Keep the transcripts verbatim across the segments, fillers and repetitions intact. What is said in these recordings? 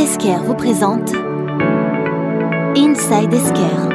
Esker vous présente Inside Esker.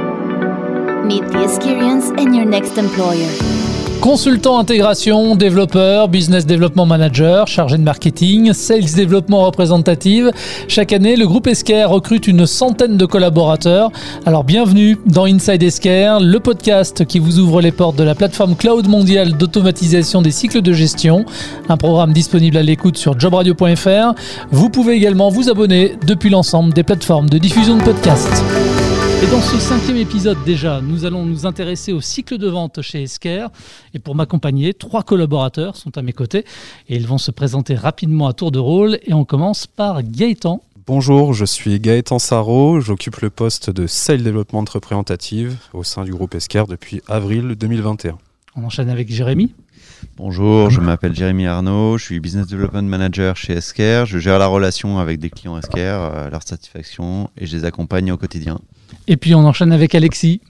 Meet the experience in your next employer. Consultant intégration, développeur, business development manager, chargé de marketing, sales développement représentative. Chaque année, le groupe Esker recrute une centaine de collaborateurs. Alors bienvenue dans Inside Esker, le podcast qui vous ouvre les portes de la plateforme cloud mondiale d'automatisation des cycles de gestion. Un programme disponible à l'écoute sur job radio point f r. Vous pouvez également vous abonner depuis l'ensemble des plateformes de diffusion de podcasts. Et dans ce cinquième épisode déjà, nous allons nous intéresser au cycle de vente chez Esker. Et pour m'accompagner, trois collaborateurs sont à mes côtés et ils vont se présenter rapidement à tour de rôle. Et on commence par Gaëtan. Bonjour, je suis Gaëtan Sarraud, j'occupe le poste de Sales Développement Représentative au sein du groupe Esker depuis avril deux mille vingt et un. On enchaîne avec Jérémy. Bonjour, je m'appelle Jérémy Arnaud, je suis Business Development Manager chez Esker. Je gère la relation avec des clients Esker, euh, leur satisfaction et je les accompagne au quotidien. Et puis on enchaîne avec Alexis.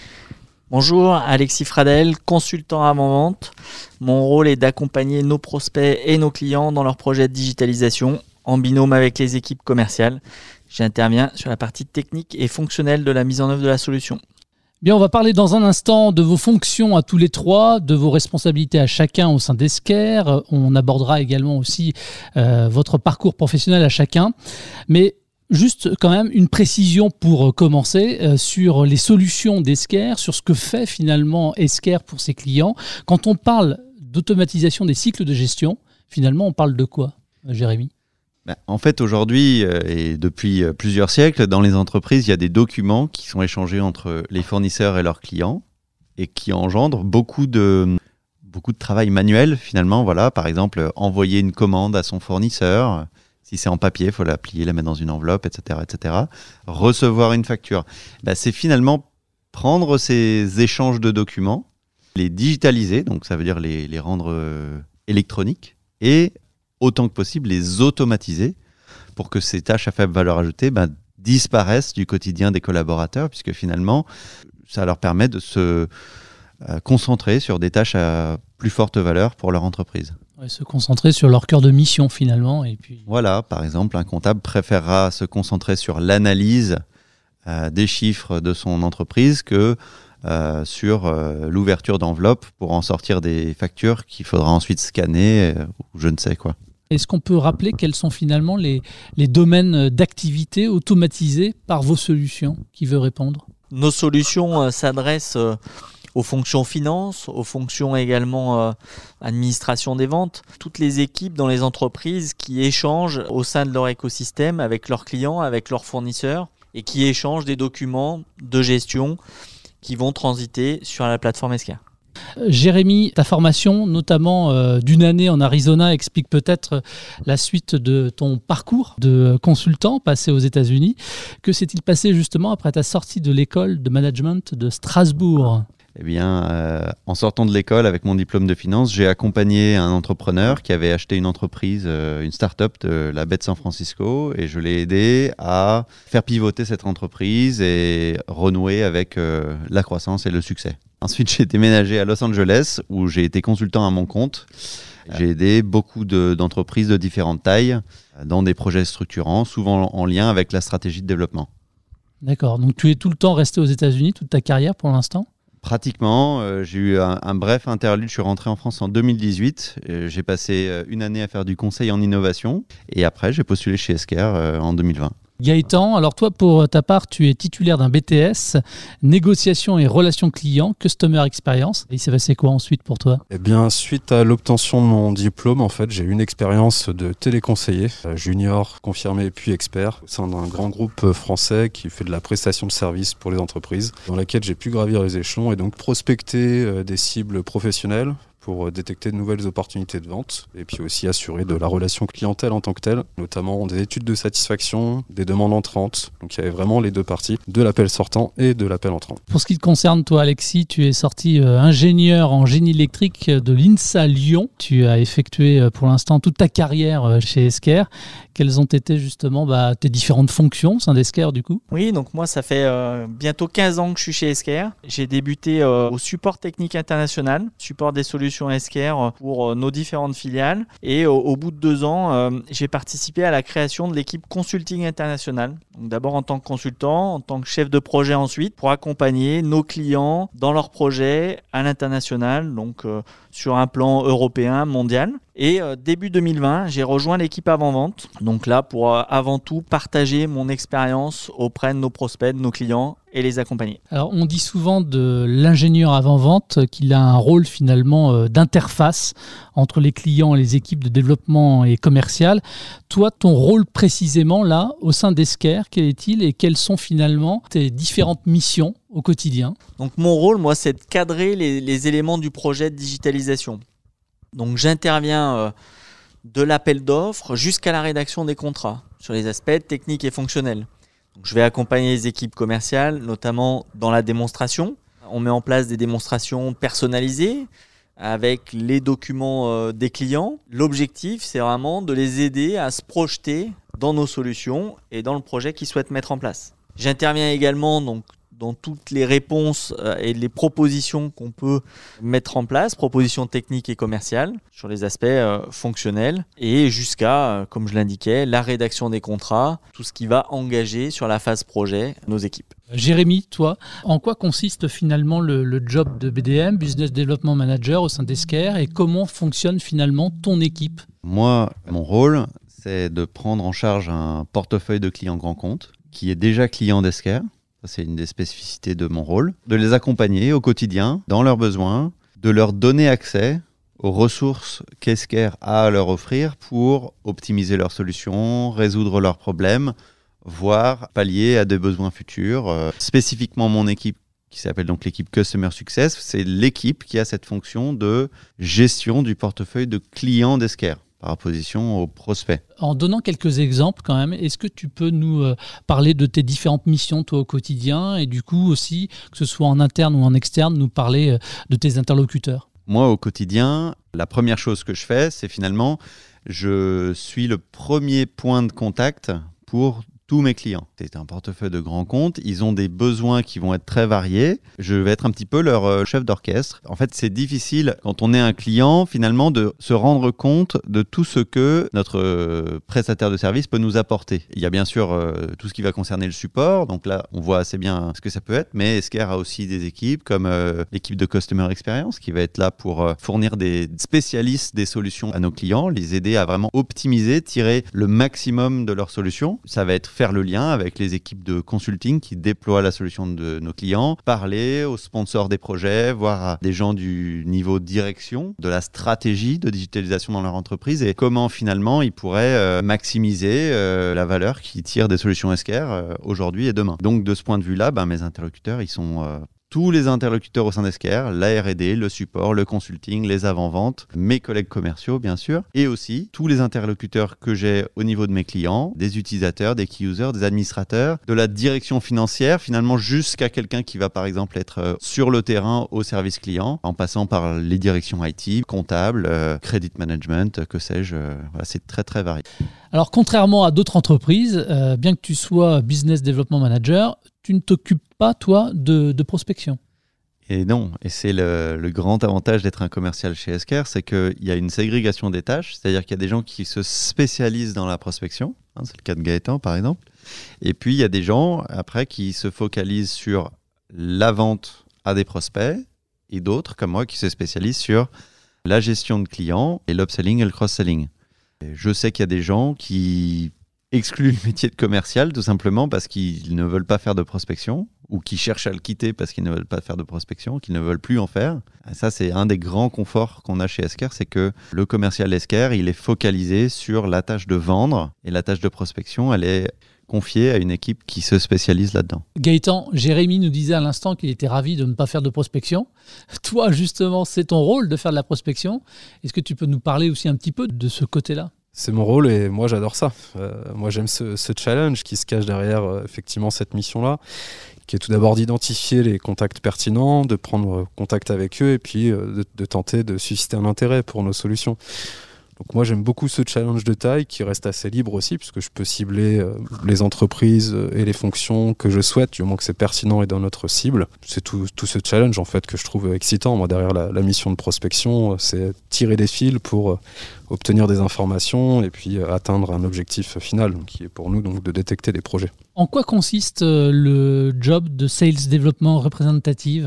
Bonjour, Alexis Fradel, consultant avant-vente. Mon rôle est d'accompagner nos prospects et nos clients dans leurs projets de digitalisation en binôme avec les équipes commerciales. J'interviens sur la partie technique et fonctionnelle de la mise en œuvre de la solution. Bien, on va parler dans un instant de vos fonctions à tous les trois, de vos responsabilités à chacun au sein d'Esker. On abordera également aussi euh, votre parcours professionnel à chacun. Mais juste quand même une précision pour commencer euh, sur les solutions d'Esker, sur ce que fait finalement Esker pour ses clients. Quand on parle d'automatisation des cycles de gestion, finalement on parle de quoi, Jérémy ? Ben, en fait, aujourd'hui euh, et depuis euh, plusieurs siècles, dans les entreprises, il y a des documents qui sont échangés entre les fournisseurs et leurs clients et qui engendrent beaucoup de, beaucoup de travail manuel finalement. Voilà, par exemple, envoyer une commande à son fournisseur. Si c'est en papier, il faut la plier, la mettre dans une enveloppe, et cetera, et cetera. Recevoir une facture. Ben, c'est finalement prendre ces échanges de documents, les digitaliser, donc ça veut dire les, les rendre euh, électroniques et autant que possible les automatiser pour que ces tâches à faible valeur ajoutée ben, disparaissent du quotidien des collaborateurs, puisque finalement, ça leur permet de se euh, concentrer sur des tâches à plus forte valeur pour leur entreprise. Ouais, se concentrer sur leur cœur de mission finalement. Et puis... Voilà, par exemple, un comptable préférera se concentrer sur l'analyse euh, des chiffres de son entreprise que euh, sur euh, l'ouverture d'enveloppes pour en sortir des factures qu'il faudra ensuite scanner euh, ou je ne sais quoi. Est-ce qu'on peut rappeler quels sont finalement les, les domaines d'activité automatisés par vos solutions ? Qui veut répondre ? Nos solutions euh, s'adressent euh, aux fonctions finance, aux fonctions également euh, administration des ventes. Toutes les équipes dans les entreprises qui échangent au sein de leur écosystème avec leurs clients, avec leurs fournisseurs et qui échangent des documents de gestion qui vont transiter sur la plateforme Esker. Jérémy, ta formation, notamment euh, d'une année en Arizona, explique peut-être la suite de ton parcours de consultant passé aux États-Unis. Que s'est-il passé justement après ta sortie de l'école de management de Strasbourg ? Eh bien, euh, en sortant de l'école avec mon diplôme de finance, j'ai accompagné un entrepreneur qui avait acheté une entreprise, euh, une start-up de la baie de San Francisco, et je l'ai aidé à faire pivoter cette entreprise et renouer avec euh, la croissance et le succès. Ensuite, j'ai déménagé à Los Angeles où j'ai été consultant à mon compte. J'ai aidé beaucoup de, d'entreprises de différentes tailles dans des projets structurants, souvent en lien avec la stratégie de développement. D'accord, donc tu es tout le temps resté aux États-Unis, toute ta carrière pour l'instant ? Pratiquement, euh, j'ai eu un, un bref interlude, je suis rentré en France en deux mille dix-huit, euh, j'ai passé euh, une année à faire du conseil en innovation et après j'ai postulé chez Esker euh, en deux mille vingt. Gaëtan, alors toi pour ta part tu es titulaire d'un B T S, négociation et relations clients, customer experience. Et il s'est passé quoi ensuite pour toi ? Eh bien, suite à l'obtention de mon diplôme, en fait, j'ai eu une expérience de téléconseiller, junior, confirmé puis expert, au sein d'un grand groupe français qui fait de la prestation de services pour les entreprises, dans laquelle j'ai pu gravir les échelons et donc prospecter des cibles professionnelles pour détecter de nouvelles opportunités de vente et puis aussi assurer de la relation clientèle en tant que telle, notamment des études de satisfaction, des demandes entrantes. Donc il y avait vraiment les deux parties, de l'appel sortant et de l'appel entrant. Pour ce qui te concerne, toi Alexis, tu es sorti euh, ingénieur en génie électrique de l'INSA Lyon. Tu as effectué euh, pour l'instant toute ta carrière euh, chez Esker. Quelles ont été justement bah, tes différentes fonctions au sein d'Esker du coup ? Oui, donc moi ça fait euh, bientôt quinze ans que je suis chez Esker. J'ai débuté euh, au support technique international, support des solutions solutions Esker pour nos différentes filiales. Et au, au bout de deux ans, euh, j'ai participé à la création de l'équipe Consulting International. Donc d'abord en tant que consultant, en tant que chef de projet ensuite, pour accompagner nos clients dans leurs projets à l'international, donc euh, sur un plan européen, mondial. Et euh, début deux mille vingt, j'ai rejoint l'équipe avant-vente. Donc là, pour euh, avant tout partager mon expérience auprès de nos prospects, de nos clients et les accompagner. Alors, on dit souvent de l'ingénieur avant-vente qu'il a un rôle finalement euh, d'interface entre les clients et les équipes de développement et commercial. Toi, ton rôle précisément là, au sein d'Esker, quel est-il et quelles sont finalement tes différentes missions au quotidien? Donc mon rôle, moi, c'est de cadrer les, les éléments du projet de digitalisation. Donc j'interviens euh, de l'appel d'offres jusqu'à la rédaction des contrats sur les aspects techniques et fonctionnels. Donc, je vais accompagner les équipes commerciales, notamment dans la démonstration. On met en place des démonstrations personnalisées avec les documents euh, des clients. L'objectif, c'est vraiment de les aider à se projeter dans nos solutions et dans le projet qu'ils souhaitent mettre en place. J'interviens également donc, dans toutes les réponses et les propositions qu'on peut mettre en place, propositions techniques et commerciales, sur les aspects euh, fonctionnels, et jusqu'à, euh, comme je l'indiquais, la rédaction des contrats, tout ce qui va engager sur la phase projet nos équipes. Jérémy, toi, en quoi consiste finalement le, le job de B D M, Business Development Manager au sein d'Esker, et comment fonctionne finalement ton équipe? Moi, mon rôle, c'est de prendre en charge un portefeuille de clients grands comptes qui est déjà client d'Esker. Ça, c'est une des spécificités de mon rôle. De les accompagner au quotidien, dans leurs besoins, de leur donner accès aux ressources qu'Esker a à leur offrir pour optimiser leurs solutions, résoudre leurs problèmes, voire pallier à des besoins futurs. Euh, spécifiquement, mon équipe, qui s'appelle donc l'équipe Customer Success, c'est l'équipe qui a cette fonction de gestion du portefeuille de clients d'Esker par opposition aux prospects. En donnant quelques exemples quand même, est-ce que tu peux nous euh, parler de tes différentes missions toi au quotidien et du coup aussi, que ce soit en interne ou en externe, nous parler euh, de tes interlocuteurs? Moi, au quotidien, la première chose que je fais, c'est finalement, je suis le premier point de contact pour tous mes clients. C'est un portefeuille de grands comptes. Ils ont des besoins qui vont être très variés. Je vais être un petit peu leur euh, chef d'orchestre. En fait, c'est difficile quand on est un client, finalement, de se rendre compte de tout ce que notre euh, prestataire de service peut nous apporter. Il y a bien sûr euh, tout ce qui va concerner le support. Donc là, on voit assez bien ce que ça peut être. Mais Esker a aussi des équipes comme euh, l'équipe de Customer Experience qui va être là pour euh, fournir des spécialistes des solutions à nos clients, les aider à vraiment optimiser, tirer le maximum de leurs solutions. Ça va être faire le lien avec les équipes de consulting qui déploient la solution de nos clients, parler aux sponsors des projets, voir à des gens du niveau direction, de la stratégie de digitalisation dans leur entreprise et comment finalement ils pourraient euh, maximiser euh, la valeur qu'ils tirent des solutions Esker euh, aujourd'hui et demain. Donc de ce point de vue-là, ben, mes interlocuteurs, ils sont... Euh, tous les interlocuteurs au sein d'Esker, la R et D, le support, le consulting, les avant-ventes, mes collègues commerciaux bien sûr, et aussi tous les interlocuteurs que j'ai au niveau de mes clients, des utilisateurs, des key users, des administrateurs, de la direction financière, finalement jusqu'à quelqu'un qui va par exemple être sur le terrain au service client, en passant par les directions I T, comptable, euh, credit management, que sais-je, euh, voilà, c'est très très varié. Alors contrairement à d'autres entreprises, euh, bien que tu sois Business Development Manager, tu ne t'occupes pas, toi, de, de prospection. Et non, et c'est le, le grand avantage d'être un commercial chez Esker, c'est qu'il y a une ségrégation des tâches, c'est-à-dire qu'il y a des gens qui se spécialisent dans la prospection, hein, c'est le cas de Gaëtan par exemple, et puis il y a des gens après qui se focalisent sur la vente à des prospects, et d'autres comme moi qui se spécialisent sur la gestion de clients et l'upselling et le cross-selling. Et je sais qu'il y a des gens qui excluent le métier de commercial tout simplement parce qu'ils ne veulent pas faire de prospection ou qui cherchent à le quitter parce qu'ils ne veulent pas faire de prospection, qu'ils ne veulent plus en faire. Et ça, c'est un des grands conforts qu'on a chez Esker, c'est que le commercial Esker, il est focalisé sur la tâche de vendre et la tâche de prospection, elle est confiée à une équipe qui se spécialise là-dedans. Gaëtan, Jérémy nous disait à l'instant qu'il était ravi de ne pas faire de prospection. Toi, justement, c'est ton rôle de faire de la prospection. Est-ce que tu peux nous parler aussi un petit peu de ce côté-là ? C'est mon rôle et moi j'adore ça. Euh, moi j'aime ce, ce challenge qui se cache derrière euh, effectivement cette mission-là, qui est tout d'abord d'identifier les contacts pertinents, de prendre contact avec eux et puis euh, de, de tenter de susciter un intérêt pour nos solutions. Donc moi j'aime beaucoup ce challenge de taille qui reste assez libre aussi, puisque je peux cibler euh, les entreprises et les fonctions que je souhaite, du moment que c'est pertinent et dans notre cible. C'est tout, tout ce challenge en fait que je trouve excitant. Moi derrière la, la mission de prospection, c'est tirer des fils pour euh, obtenir des informations et puis euh, atteindre un objectif final, qui est pour nous donc de détecter des projets. En quoi consiste euh, le job de Sales Développement Représentative ?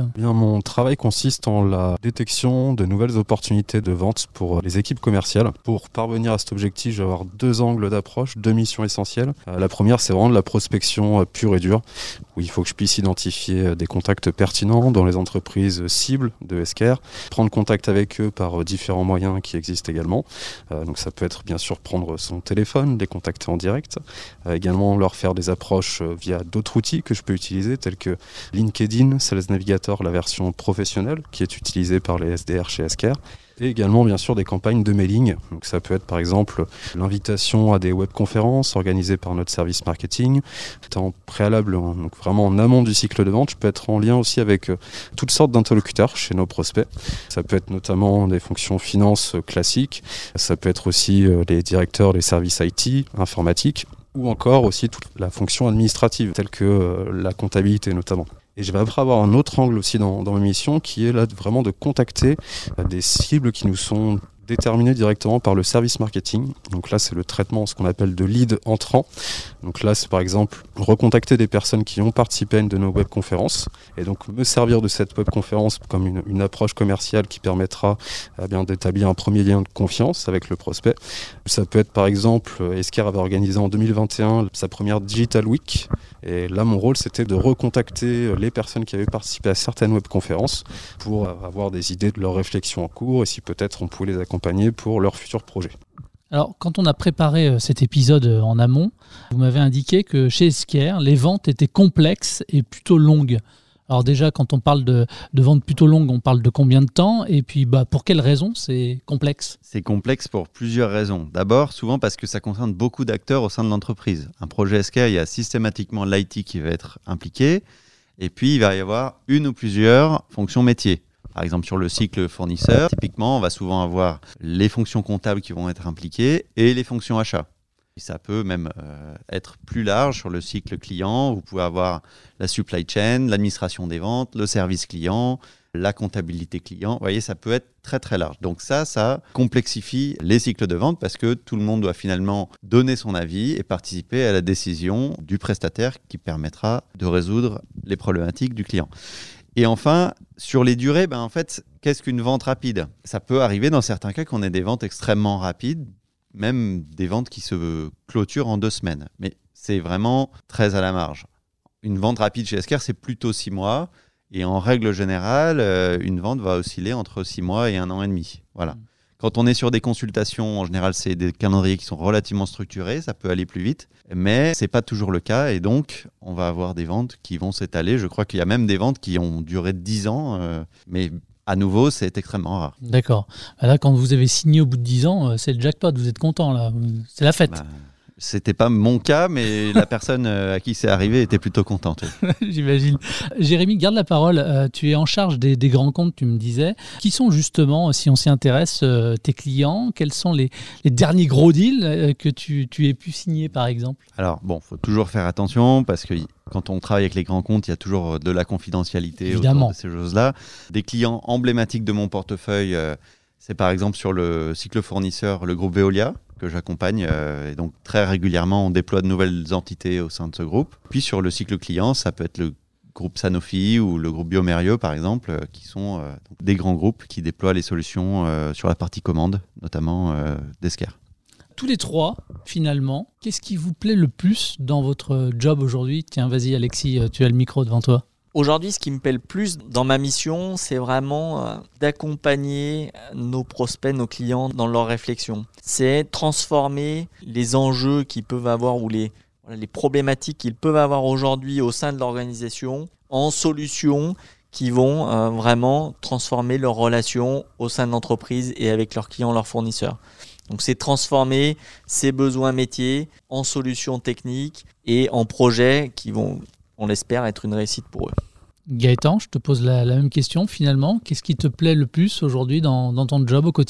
Bien, mon travail consiste en la détection de nouvelles opportunités de vente pour les équipes commerciales. Pour parvenir à cet objectif, je vais avoir deux angles d'approche, deux missions essentielles. Euh, la première, c'est vraiment de la prospection euh, pure et dure, où il faut que je puisse identifier des contacts pertinents dans les entreprises cibles de Esker, prendre contact avec eux par euh, différents moyens qui existent également. Euh, donc ça peut être bien sûr prendre son téléphone, les contacter en direct, euh, également leur faire des approches via d'autres outils que je peux utiliser, tels que LinkedIn, Sales Navigator, la version professionnelle, qui est utilisée par les S D R chez Esker. Et également, bien sûr, des campagnes de mailing. Donc, ça peut être, par exemple, l'invitation à des webconférences organisées par notre service marketing. En préalable, donc vraiment en amont du cycle de vente, je peux être en lien aussi avec toutes sortes d'interlocuteurs chez nos prospects. Ça peut être notamment des fonctions finance classiques. Ça peut être aussi les directeurs des services I T, informatiques, ou encore aussi toute la fonction administrative, telle que la comptabilité notamment. Et je vais après avoir un autre angle aussi dans, dans ma mission qui est là vraiment de contacter des cibles qui nous sont déterminées directement par le service marketing. Donc là, c'est le traitement, ce qu'on appelle de lead entrant. Donc là, c'est par exemple recontacter des personnes qui ont participé à une de nos webconférences et donc me servir de cette webconférence comme une, une approche commerciale qui permettra eh bien, d'établir un premier lien de confiance avec le prospect. Ça peut être par exemple, Esker avait organisé en deux mille vingt et un sa première Digital Week. Et là, mon rôle, c'était de recontacter les personnes qui avaient participé à certaines webconférences pour avoir des idées de leurs réflexions en cours et si peut-être on pouvait les accompagner pour leurs futurs projets. Alors, quand on a préparé cet épisode en amont, vous m'avez indiqué que chez Esker, les ventes étaient complexes et plutôt longues. Alors déjà, quand on parle de, de ventes plutôt longues, on parle de combien de temps ? Et puis, bah, pour quelles raisons c'est complexe ? C'est complexe pour plusieurs raisons. D'abord, souvent parce que ça concerne beaucoup d'acteurs au sein de l'entreprise. Un projet Esker, il y a systématiquement l'I T qui va être impliqué. Et puis, il va y avoir une ou plusieurs fonctions métiers. Par exemple, sur le cycle fournisseur, typiquement, on va souvent avoir les fonctions comptables qui vont être impliquées et les fonctions achats. Et ça peut même euh, être plus large sur le cycle client. Vous pouvez avoir la supply chain, l'administration des ventes, le service client, la comptabilité client. Vous voyez, ça peut être très très large. Donc ça, ça complexifie les cycles de vente parce que tout le monde doit finalement donner son avis et participer à la décision du prestataire qui permettra de résoudre les problématiques du client. Et enfin, sur les durées, ben en fait, qu'est-ce qu'une vente rapide ? Ça peut arriver dans certains cas qu'on ait des ventes extrêmement rapides, même des ventes qui se clôturent en deux semaines. Mais c'est vraiment très à la marge. Une vente rapide chez Esker, c'est plutôt six mois. Et en règle générale, euh, une vente va osciller entre six mois et un an et demi. Voilà. Mmh. Quand on est sur des consultations, en général, c'est des calendriers qui sont relativement structurés. Ça peut aller plus vite. Mais ce n'est pas toujours le cas. Et donc, on va avoir des ventes qui vont s'étaler. Je crois qu'il y a même des ventes qui ont duré dix ans. Euh, mais à nouveau, c'est extrêmement rare. D'accord. Là, quand vous avez signé au bout de dix ans, c'est le jackpot. Vous êtes content, là. C'est la fête. Bah, c'était pas mon cas, mais la personne à qui c'est arrivé était plutôt contente. J'imagine. Jérémy, garde la parole. Euh, tu es en charge des, des grands comptes, tu me disais. Qui sont justement, si on s'y intéresse, euh, tes clients ? Quels sont les, les derniers gros deals euh, que tu, tu aies pu signer, par exemple ? Alors, bon, il faut toujours faire attention parce que quand on travaille avec les grands comptes, il y a toujours de la confidentialité Évidemment. autour de ces choses-là. Des clients emblématiques de mon portefeuille, euh, c'est par exemple sur le cycle fournisseur, le groupe Veolia, que j'accompagne. Euh, et donc, très régulièrement, on déploie de nouvelles entités au sein de ce groupe. Puis, sur le cycle client, ça peut être le groupe Sanofi ou le groupe Biomerio, par exemple, euh, qui sont euh, donc des grands groupes qui déploient les solutions euh, sur la partie commande, notamment euh, d'Esker. Tous les trois, finalement, qu'est-ce qui vous plaît le plus dans votre job aujourd'hui ? Tiens, vas-y, Alexis, tu as le micro devant toi. Aujourd'hui, ce qui me plaît le plus dans ma mission, c'est vraiment euh, d'accompagner nos prospects, nos clients dans leurs réflexions. C'est transformer les enjeux qu'ils peuvent avoir ou les, voilà, les problématiques qu'ils peuvent avoir aujourd'hui au sein de l'organisation en solutions qui vont euh, vraiment transformer leurs relations au sein de l'entreprise et avec leurs clients, leurs fournisseurs. Donc, c'est transformer ces besoins métiers en solutions techniques et en projets qui vont, on l'espère, être une réussite pour eux. Gaëtan, je te pose la, la même question finalement. Qu'est-ce qui te plaît le plus aujourd'hui dans, dans ton job au quotidien ?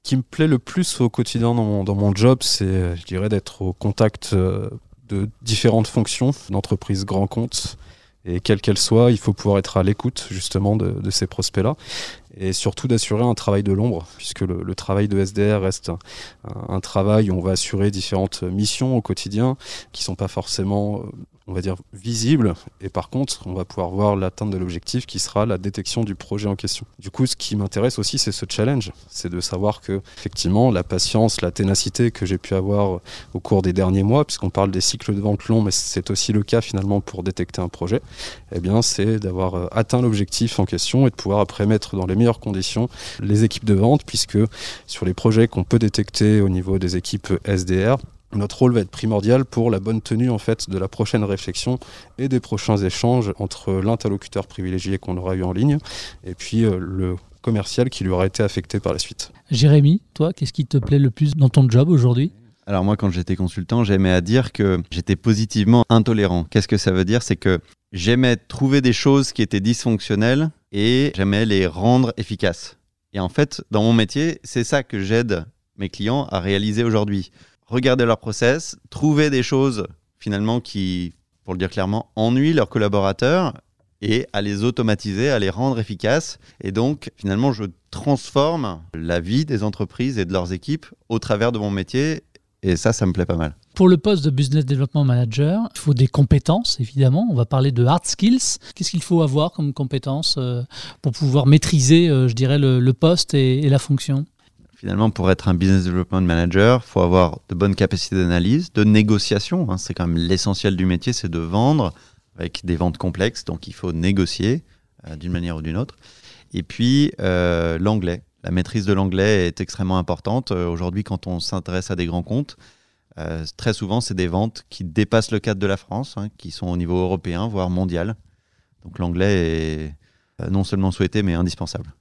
qui me plaît le plus au quotidien dans mon, dans mon job, c'est, je dirais, d'être au contact de différentes fonctions d'entreprises grands comptes. Et quelle qu'elle soit, il faut pouvoir être à l'écoute justement de, de ces prospects-là et surtout d'assurer un travail de l'ombre, puisque le, le travail de S D R reste un, un travail où on va assurer différentes missions au quotidien qui ne sont pas forcément, on va dire, visibles. Et par contre, on va pouvoir voir l'atteinte de l'objectif qui sera la détection du projet en question. Du coup, ce qui m'intéresse aussi, c'est ce challenge. C'est de savoir que, effectivement, la patience, la ténacité que j'ai pu avoir au cours des derniers mois, puisqu'on parle des cycles de vente longs, mais c'est aussi le cas finalement pour détecter un projet, eh bien, c'est d'avoir atteint l'objectif en question et de pouvoir après mettre dans les meilleures conditions les équipes de vente, puisque sur les projets qu'on peut détecter au niveau des équipes S D R, notre rôle va être primordial pour la bonne tenue en fait de la prochaine réflexion et des prochains échanges entre l'interlocuteur privilégié qu'on aura eu en ligne et puis euh, le commercial qui lui aura été affecté par la suite. Jérémy, toi, qu'est-ce qui te plaît le plus dans ton job aujourd'hui ? Alors moi, quand j'étais consultant, j'aimais à dire que j'étais positivement intolérant. Qu'est-ce que ça veut dire ? C'est que j'aimais trouver des choses qui étaient dysfonctionnelles et j'aimais les rendre efficaces. Et en fait, dans mon métier, c'est ça que j'aide mes clients à réaliser aujourd'hui. Regarder leur process, trouver des choses finalement qui, pour le dire clairement, ennuient leurs collaborateurs et à les automatiser, à les rendre efficaces. Et donc, finalement, je transforme la vie des entreprises et de leurs équipes au travers de mon métier. Et ça, ça me plaît pas mal. Pour le poste de Business Development Manager, il faut des compétences, évidemment. On va parler de hard skills. Qu'est-ce qu'il faut avoir comme compétences euh, pour pouvoir maîtriser, euh, je dirais, le, le poste et, et la fonction ? Finalement, pour être un Business Development Manager, il faut avoir de bonnes capacités d'analyse, de négociation. Hein. C'est quand même l'essentiel du métier, c'est de vendre avec des ventes complexes. Donc, il faut négocier euh, d'une manière ou d'une autre. Et puis, euh, l'anglais. La maîtrise de l'anglais est extrêmement importante. Euh, aujourd'hui, quand on s'intéresse à des grands comptes, euh, très souvent, c'est des ventes qui dépassent le cadre de la France, hein, qui sont au niveau européen, voire mondial. Donc l'anglais est euh, non seulement souhaité, mais indispensable.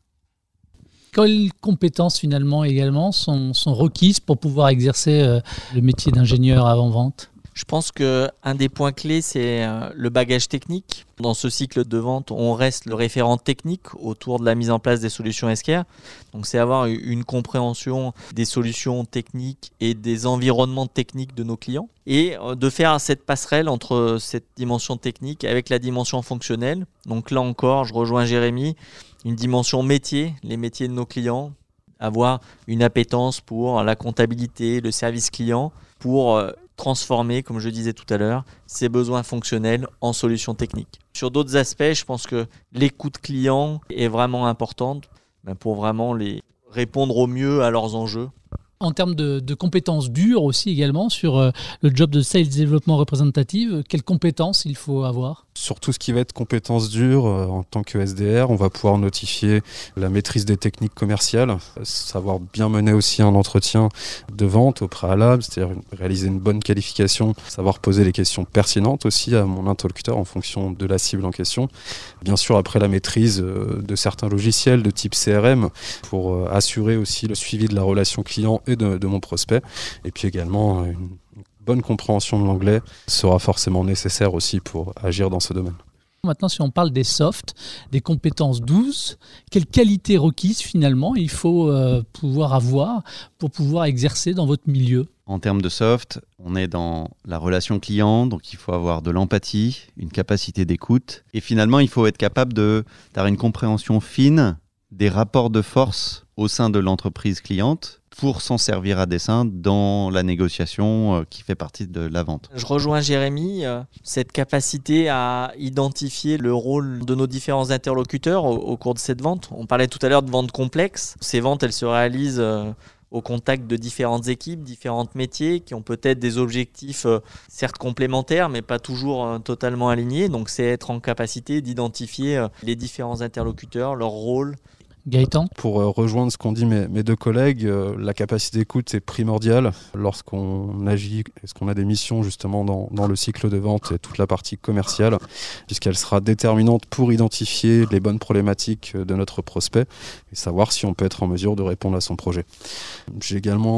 Quelles compétences finalement également sont, sont requises pour pouvoir exercer euh, le métier d'ingénieur avant-vente ? Je pense qu'un des points clés, c'est le bagage technique. Dans ce cycle de vente, on reste le référent technique autour de la mise en place des solutions S C A R. Donc, c'est avoir une compréhension des solutions techniques et des environnements techniques de nos clients et de faire cette passerelle entre cette dimension technique avec la dimension fonctionnelle. Donc là encore, je rejoins Jérémy, une dimension métier, les métiers de nos clients, avoir une appétence pour la comptabilité, le service client, pour transformer, comme je disais tout à l'heure, ces besoins fonctionnels en solutions techniques. Sur d'autres aspects, je pense que l'écoute client est vraiment importante pour vraiment les répondre au mieux à leurs enjeux. En termes de, de compétences dures aussi également, sur euh, le job de Sales Développement Représentative, quelles compétences il faut avoir ? Sur tout ce qui va être compétences dures, euh, en tant que S D R, on va pouvoir notifier la maîtrise des techniques commerciales, savoir bien mener aussi un entretien de vente au préalable, c'est-à-dire réaliser une bonne qualification, savoir poser les questions pertinentes aussi à mon interlocuteur en fonction de la cible en question. Bien sûr, après la maîtrise euh, de certains logiciels de type C R M pour euh, assurer aussi le suivi de la relation client et de, de mon prospect. Et puis également, une bonne compréhension de l'anglais sera forcément nécessaire aussi pour agir dans ce domaine. Maintenant, si on parle des softs, des compétences douces, quelles qualités requises finalement il faut euh, pouvoir avoir pour pouvoir exercer dans votre milieu ? En termes de soft, on est dans la relation client, donc il faut avoir de l'empathie, une capacité d'écoute. Et finalement, il faut être capable de, d'avoir une compréhension fine des rapports de force au sein de l'entreprise cliente pour s'en servir à dessein dans la négociation euh, qui fait partie de la vente. Je rejoins Jérémy, euh, cette capacité à identifier le rôle de nos différents interlocuteurs au, au cours de cette vente. On parlait tout à l'heure de vente complexe. Ces ventes, elles se réalisent euh, au contact de différentes équipes, différents métiers qui ont peut-être des objectifs euh, certes complémentaires, mais pas toujours euh, totalement alignés. Donc c'est être en capacité d'identifier euh, les différents interlocuteurs, leur rôle. Gaëtan ? Pour euh, rejoindre ce qu'ont dit mes, mes deux collègues, euh, la capacité d'écoute est primordiale lorsqu'on agit, est-ce qu'on a des missions justement dans, dans le cycle de vente et toute la partie commerciale, puisqu'elle sera déterminante pour identifier les bonnes problématiques de notre prospect et savoir si on peut être en mesure de répondre à son projet. J'ai également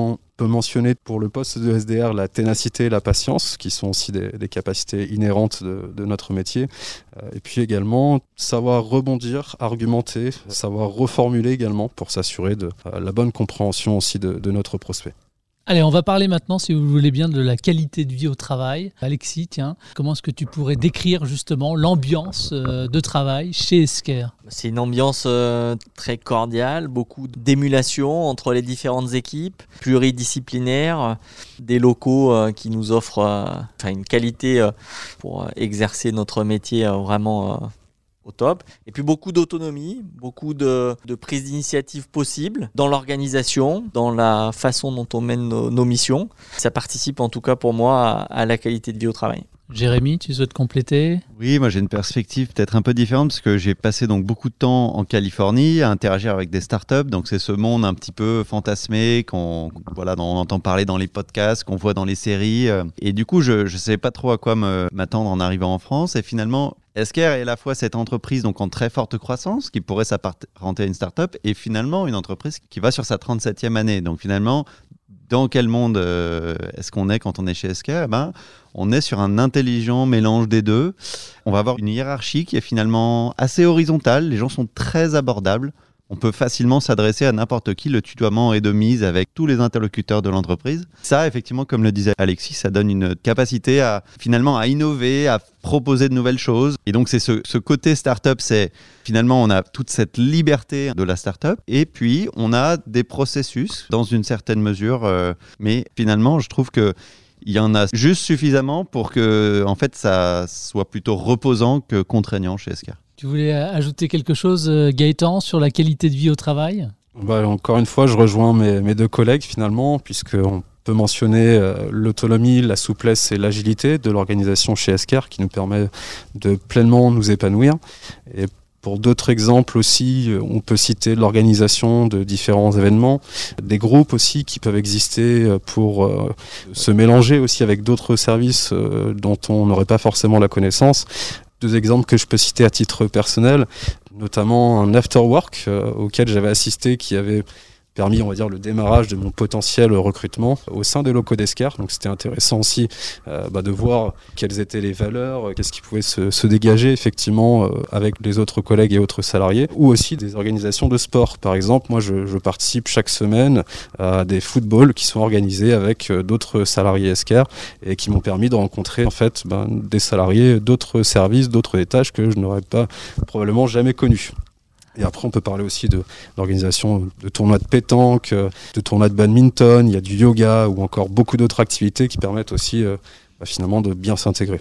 peut mentionner pour le poste de S D R la ténacité et la patience, qui sont aussi des, des capacités inhérentes de, de notre métier. Euh, et puis également, savoir rebondir, argumenter, savoir reformuler également pour s'assurer de euh, la bonne compréhension aussi de, de notre prospect. Allez, on va parler maintenant, si vous voulez bien, de la qualité de vie au travail. Alexis, tiens, comment est-ce que tu pourrais décrire justement l'ambiance euh, de travail chez Esker ? C'est une ambiance euh, très cordiale, beaucoup d'émulation entre les différentes équipes, pluridisciplinaires, des locaux euh, qui nous offrent euh, enfin, une qualité euh, pour euh, exercer notre métier euh, vraiment euh, au top. Et puis beaucoup d'autonomie, beaucoup de, de prise d'initiative possible dans l'organisation, dans la façon dont on mène nos, nos missions. Ça participe en tout cas pour moi à, à la qualité de vie au travail. Jérémy, tu souhaites compléter ? Oui, moi j'ai une perspective peut-être un peu différente parce que j'ai passé donc beaucoup de temps en Californie à interagir avec des startups. Donc c'est ce monde un petit peu fantasmé qu'on voilà, dont on entend parler dans les podcasts, qu'on voit dans les séries. Et du coup, je ne savais pas trop à quoi me, m'attendre en arrivant en France. Et finalement, Esker est à la fois cette entreprise donc en très forte croissance qui pourrait s'apparenter à une startup et finalement une entreprise qui va sur sa trente-septième année. Donc finalement, dans quel monde euh, est-ce qu'on est quand on est chez Esker ? Eh ben, on est sur un intelligent mélange des deux. On va avoir une hiérarchie qui est finalement assez horizontale. Les gens sont très abordables. On peut facilement s'adresser à n'importe qui. Le tutoiement est de mise avec tous les interlocuteurs de l'entreprise. Ça, effectivement, comme le disait Alexis, ça donne une capacité à finalement à innover, à proposer de nouvelles choses. Et donc, c'est ce, ce côté start-up, c'est finalement, on a toute cette liberté de la start-up. Et puis, on a des processus dans une certaine mesure. Euh, mais finalement, je trouve que il y en a juste suffisamment pour que, en fait, ça soit plutôt reposant que contraignant chez Esker. Tu voulais ajouter quelque chose, Gaëtan, sur la qualité de vie au travail ? Bah, encore une fois, je rejoins mes, mes deux collègues finalement, puisqu'on peut mentionner euh, l'autonomie, la souplesse et l'agilité de l'organisation chez Esker qui nous permet de pleinement nous épanouir. Et pour d'autres exemples aussi, on peut citer l'organisation de différents événements, des groupes aussi qui peuvent exister pour euh, se mélanger aussi avec d'autres services euh, dont on n'aurait pas forcément la connaissance. Deux exemples que je peux citer à titre personnel, notamment un after work euh, auquel j'avais assisté qui avait permis, on va dire, le démarrage de mon potentiel recrutement au sein des locaux d'Esker. Donc c'était intéressant aussi euh, bah, de voir quelles étaient les valeurs, euh, qu'est-ce qui pouvait se, se dégager effectivement euh, avec les autres collègues et autres salariés, ou aussi des organisations de sport. Par exemple, moi je, je participe chaque semaine à des footballs qui sont organisés avec euh, d'autres salariés Esker et qui m'ont permis de rencontrer en fait ben, des salariés d'autres services, d'autres étages que je n'aurais pas probablement jamais connus. Et après, on peut parler aussi de l'organisation de tournois de pétanque, de tournois de badminton, il y a du yoga ou encore beaucoup d'autres activités qui permettent aussi euh, bah, finalement de bien s'intégrer.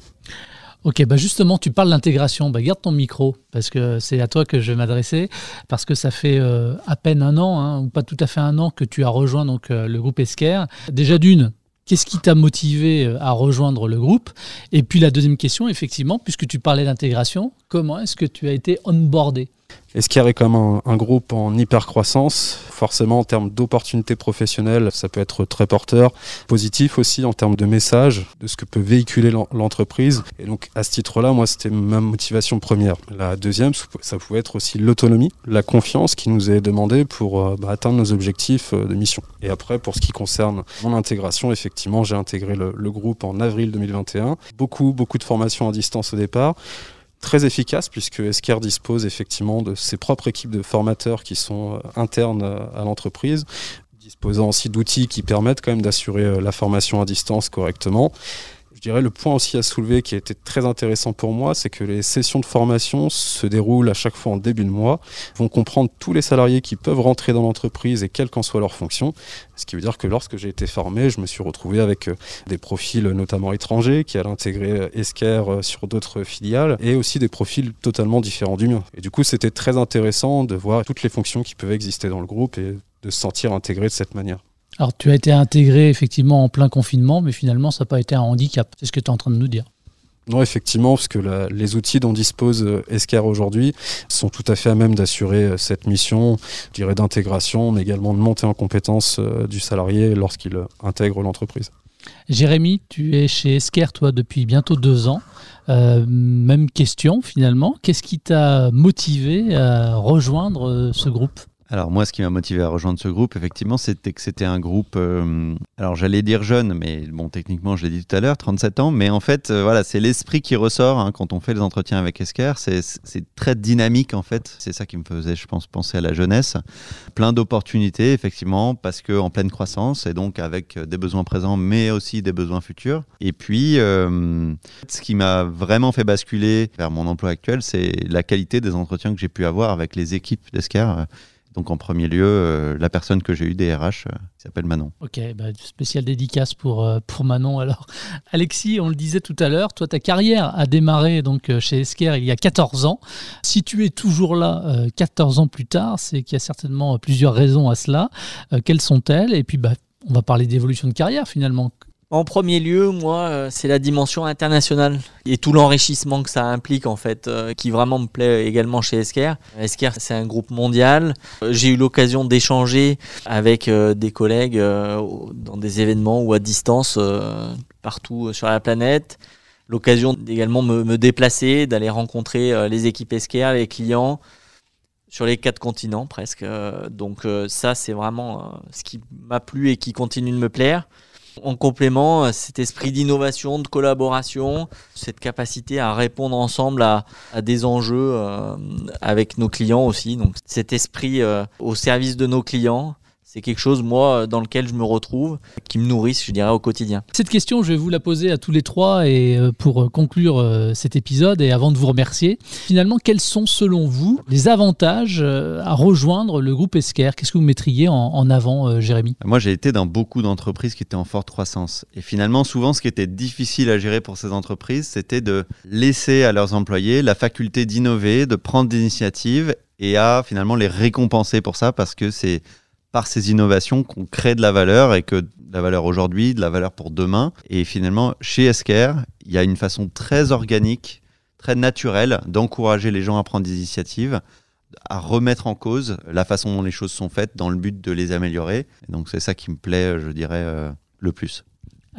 Ok, bah justement, tu parles d'intégration. Bah garde ton micro, parce que c'est à toi que je vais m'adresser, parce que ça fait euh, à peine un an, hein, ou pas tout à fait un an, que tu as rejoint donc, euh, le groupe Esker. Déjà d'une, qu'est-ce qui t'a motivé à rejoindre le groupe ? Et puis la deuxième question, effectivement, puisque tu parlais d'intégration, comment est-ce que tu as été onboardé ? Esker est comme un, un groupe en hyper-croissance. Forcément, en termes d'opportunités professionnelles, ça peut être très porteur. Positif aussi en termes de messages, de ce que peut véhiculer l'entreprise. Et donc, à ce titre-là, moi, c'était ma motivation première. La deuxième, ça pouvait être aussi l'autonomie, la confiance qui nous est demandée pour euh, bah, atteindre nos objectifs de mission. Et après, pour ce qui concerne mon intégration, effectivement, j'ai intégré le, le groupe en avril deux mille vingt et un. Beaucoup, beaucoup de formations à distance au départ. Très efficace puisque Esker dispose effectivement de ses propres équipes de formateurs qui sont internes à l'entreprise, disposant aussi d'outils qui permettent quand même d'assurer la formation à distance correctement. Je dirais le point aussi à soulever qui a été très intéressant pour moi, c'est que les sessions de formation se déroulent à chaque fois en début de mois, vont comprendre tous les salariés qui peuvent rentrer dans l'entreprise et quelle qu'en soit leur fonction. Ce qui veut dire que lorsque j'ai été formé, je me suis retrouvé avec des profils notamment étrangers qui allaient intégrer Esker sur d'autres filiales et aussi des profils totalement différents du mien. Et du coup, c'était très intéressant de voir toutes les fonctions qui peuvent exister dans le groupe et de se sentir intégré de cette manière. Alors, tu as été intégré effectivement en plein confinement, mais finalement, ça n'a pas été un handicap. C'est ce que tu es en train de nous dire. Non, effectivement, parce que la, les outils dont dispose Esker aujourd'hui sont tout à fait à même d'assurer cette mission, je dirais, d'intégration, mais également de montée en compétence du salarié lorsqu'il intègre l'entreprise. Jérémy, tu es chez Esker, toi, depuis bientôt deux ans. Euh, même question, finalement. Qu'est-ce qui t'a motivé à rejoindre ce groupe ? Alors moi, ce qui m'a motivé à rejoindre ce groupe, effectivement, c'était que c'était un groupe, euh, alors j'allais dire jeune, mais bon, techniquement, je l'ai dit tout à l'heure, trente-sept ans, mais en fait, euh, voilà, c'est l'esprit qui ressort hein, quand on fait les entretiens avec Esker, c'est, c'est très dynamique en fait, c'est ça qui me faisait, je pense, penser à la jeunesse. Plein d'opportunités, effectivement, parce qu'en pleine croissance, et donc avec des besoins présents, mais aussi des besoins futurs. Et puis, euh, ce qui m'a vraiment fait basculer vers mon emploi actuel, c'est la qualité des entretiens que j'ai pu avoir avec les équipes d'Esker. Donc en premier lieu, euh, la personne que j'ai eue des R H, euh, qui s'appelle Manon. Ok, bah, spéciale dédicace pour, euh, pour Manon alors. Alexis, on le disait tout à l'heure, toi ta carrière a démarré donc, euh, chez Esker il y a quatorze ans. Si tu es toujours là euh, quatorze ans plus tard, c'est qu'il y a certainement plusieurs raisons à cela. Euh, quelles sont-elles ? Et puis bah, on va parler d'évolution de carrière finalement. En premier lieu, moi, euh, c'est la dimension internationale et tout l'enrichissement que ça implique en fait, euh, qui vraiment me plaît également chez Esker. Esker, c'est un groupe mondial. Euh, j'ai eu l'occasion d'échanger avec euh, des collègues euh, dans des événements ou à distance euh, partout sur la planète. L'occasion d'également me, me déplacer, d'aller rencontrer euh, les équipes Esker, les clients sur les quatre continents presque. Euh, donc euh, ça, c'est vraiment euh, ce qui m'a plu et qui continue de me plaire. En complément, cet esprit d'innovation, de collaboration, cette capacité à répondre ensemble à, à des enjeux euh, avec nos clients aussi. Donc cet esprit euh, au service de nos clients, c'est quelque chose, moi, dans lequel je me retrouve, qui me nourrisse, je dirais, au quotidien. Cette question, je vais vous la poser à tous les trois et pour conclure cet épisode et avant de vous remercier, finalement, quels sont, selon vous, les avantages à rejoindre le groupe Esker ? Qu'est-ce que vous mettriez en, en avant, Jérémy ? Moi, j'ai été dans beaucoup d'entreprises qui étaient en forte croissance. Et finalement, souvent, ce qui était difficile à gérer pour ces entreprises, c'était de laisser à leurs employés la faculté d'innover, de prendre des initiatives et à finalement les récompenser pour ça parce que c'est par ces innovations qu'on crée de la valeur et que de la valeur aujourd'hui, de la valeur pour demain. Et finalement, chez Esker, il y a une façon très organique, très naturelle d'encourager les gens à prendre des initiatives, à remettre en cause la façon dont les choses sont faites dans le but de les améliorer. Et donc c'est ça qui me plaît, je dirais, euh, le plus. Alexis ?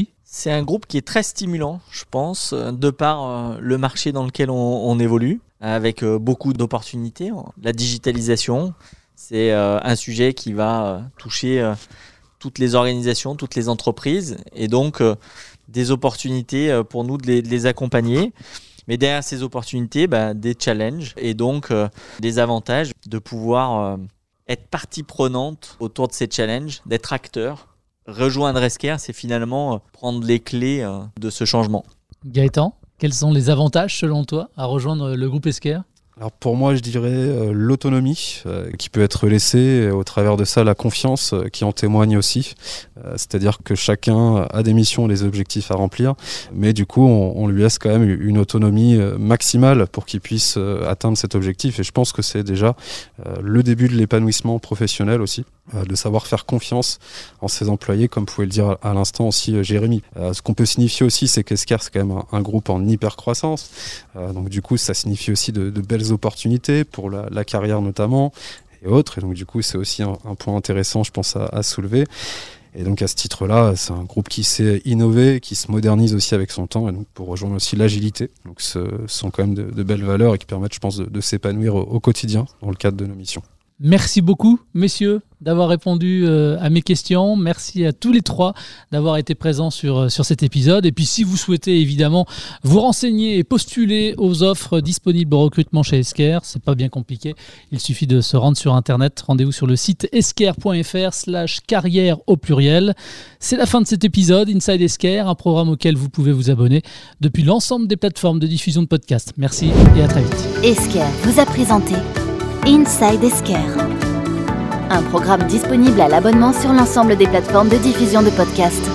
C'est un groupe qui est très stimulant, je pense, de par euh, le marché dans lequel on, on évolue, avec euh, beaucoup d'opportunités. La digitalisation, c'est euh, un sujet qui va euh, toucher euh, toutes les organisations, toutes les entreprises, et donc euh, des opportunités euh, pour nous de les, de les accompagner. Mais derrière ces opportunités, bah, des challenges et donc euh, des avantages de pouvoir euh, être partie prenante autour de ces challenges, d'être acteur. Rejoindre Esker, c'est finalement euh, prendre les clés euh, de ce changement. Gaëtan, quels sont les avantages selon toi à rejoindre le groupe Esker ? Alors pour moi, je dirais euh, l'autonomie euh, qui peut être laissée, et au travers de ça, la confiance euh, qui en témoigne aussi. Euh, c'est-à-dire que chacun a des missions, des objectifs à remplir, mais du coup, on, on lui laisse quand même une autonomie euh, maximale pour qu'il puisse euh, atteindre cet objectif. Et je pense que c'est déjà euh, le début de l'épanouissement professionnel aussi, euh, de savoir faire confiance en ses employés, comme pouvait le dire à, à l'instant aussi euh, Jérémy. Euh, ce qu'on peut signifier aussi, c'est qu'Esker, c'est quand même un, un groupe en hyper-croissance. Euh, donc du coup, ça signifie aussi de, de belles opportunités pour la, la carrière notamment et autres, et donc du coup c'est aussi un, un point intéressant je pense à, à soulever. Et donc à ce titre-là, c'est un groupe qui sait innover, qui se modernise aussi avec son temps, et donc pour rejoindre aussi l'agilité. Donc ce sont quand même de, de belles valeurs et qui permettent je pense de, de s'épanouir au, au quotidien dans le cadre de nos missions. Merci beaucoup, messieurs, d'avoir répondu euh, à mes questions. Merci à tous les trois d'avoir été présents sur, sur cet épisode. Et puis, si vous souhaitez évidemment vous renseigner et postuler aux offres disponibles au recrutement chez Esker, c'est pas bien compliqué. Il suffit de se rendre sur Internet. Rendez-vous sur le site esker.fr slash carrière au pluriel. C'est la fin de cet épisode Inside Esker, un programme auquel vous pouvez vous abonner depuis l'ensemble des plateformes de diffusion de podcasts. Merci et à très vite. Esker vous a présenté Inside Esker, un programme disponible à l'abonnement sur l'ensemble des plateformes de diffusion de podcasts.